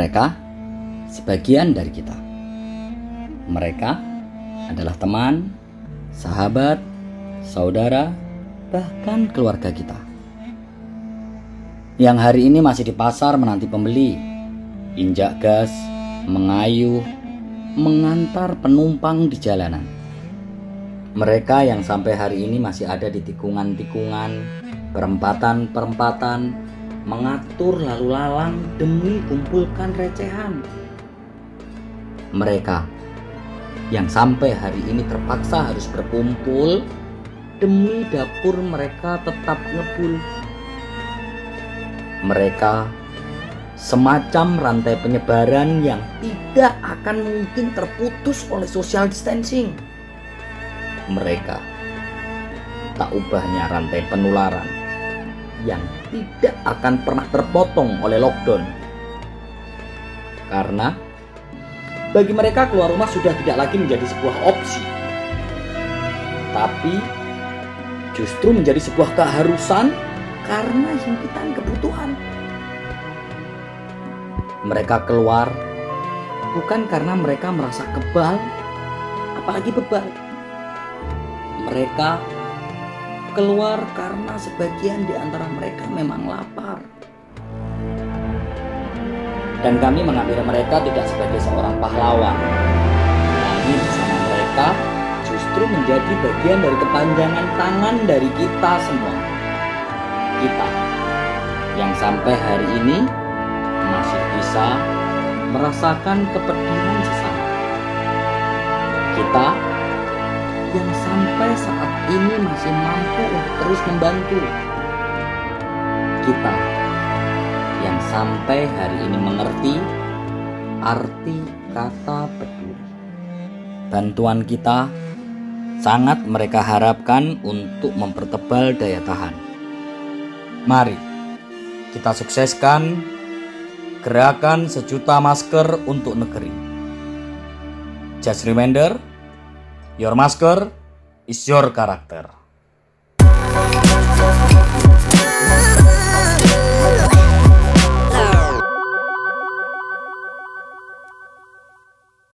Mereka sebagian dari kita. Mereka adalah teman, sahabat, saudara, bahkan keluarga kita. Yang hari ini masih di pasar menanti pembeli, injak gas, mengayuh, mengantar penumpang di jalanan. Mereka yang sampai hari ini masih ada di tikungan-tikungan, perempatan-perempatan, mengatur lalu lalang demi kumpulkan recehan. Mereka yang sampai hari ini terpaksa harus berkumpul demi dapur mereka tetap ngebul. Mereka semacam rantai penyebaran yang tidak akan mungkin terputus oleh social distancing. Mereka tak ubahnya rantai penularan yang tidak akan pernah terpotong oleh lockdown. Karena bagi mereka keluar rumah sudah tidak lagi menjadi sebuah opsi, tapi justru menjadi sebuah keharusan karena himpitan kebutuhan. Mereka keluar bukan karena mereka merasa kebal, apalagi bebal. Mereka keluar karena sebagian di antara mereka memang lapar. Dan kami mengambil mereka tidak sebagai seorang pahlawan. Kami bersama mereka justru menjadi bagian dari kepanjangan tangan dari kita semua. Kita yang sampai hari ini masih bisa merasakan kepedihan sesama. Kita yang sampai saat ini masih mampu untuk terus membantu. Kita yang sampai hari ini mengerti arti kata peduli. Bantuan kita sangat mereka harapkan untuk mempertebal daya tahan. Mari kita sukseskan gerakan 1 juta masker untuk negeri. Just reminder, your masker is your character.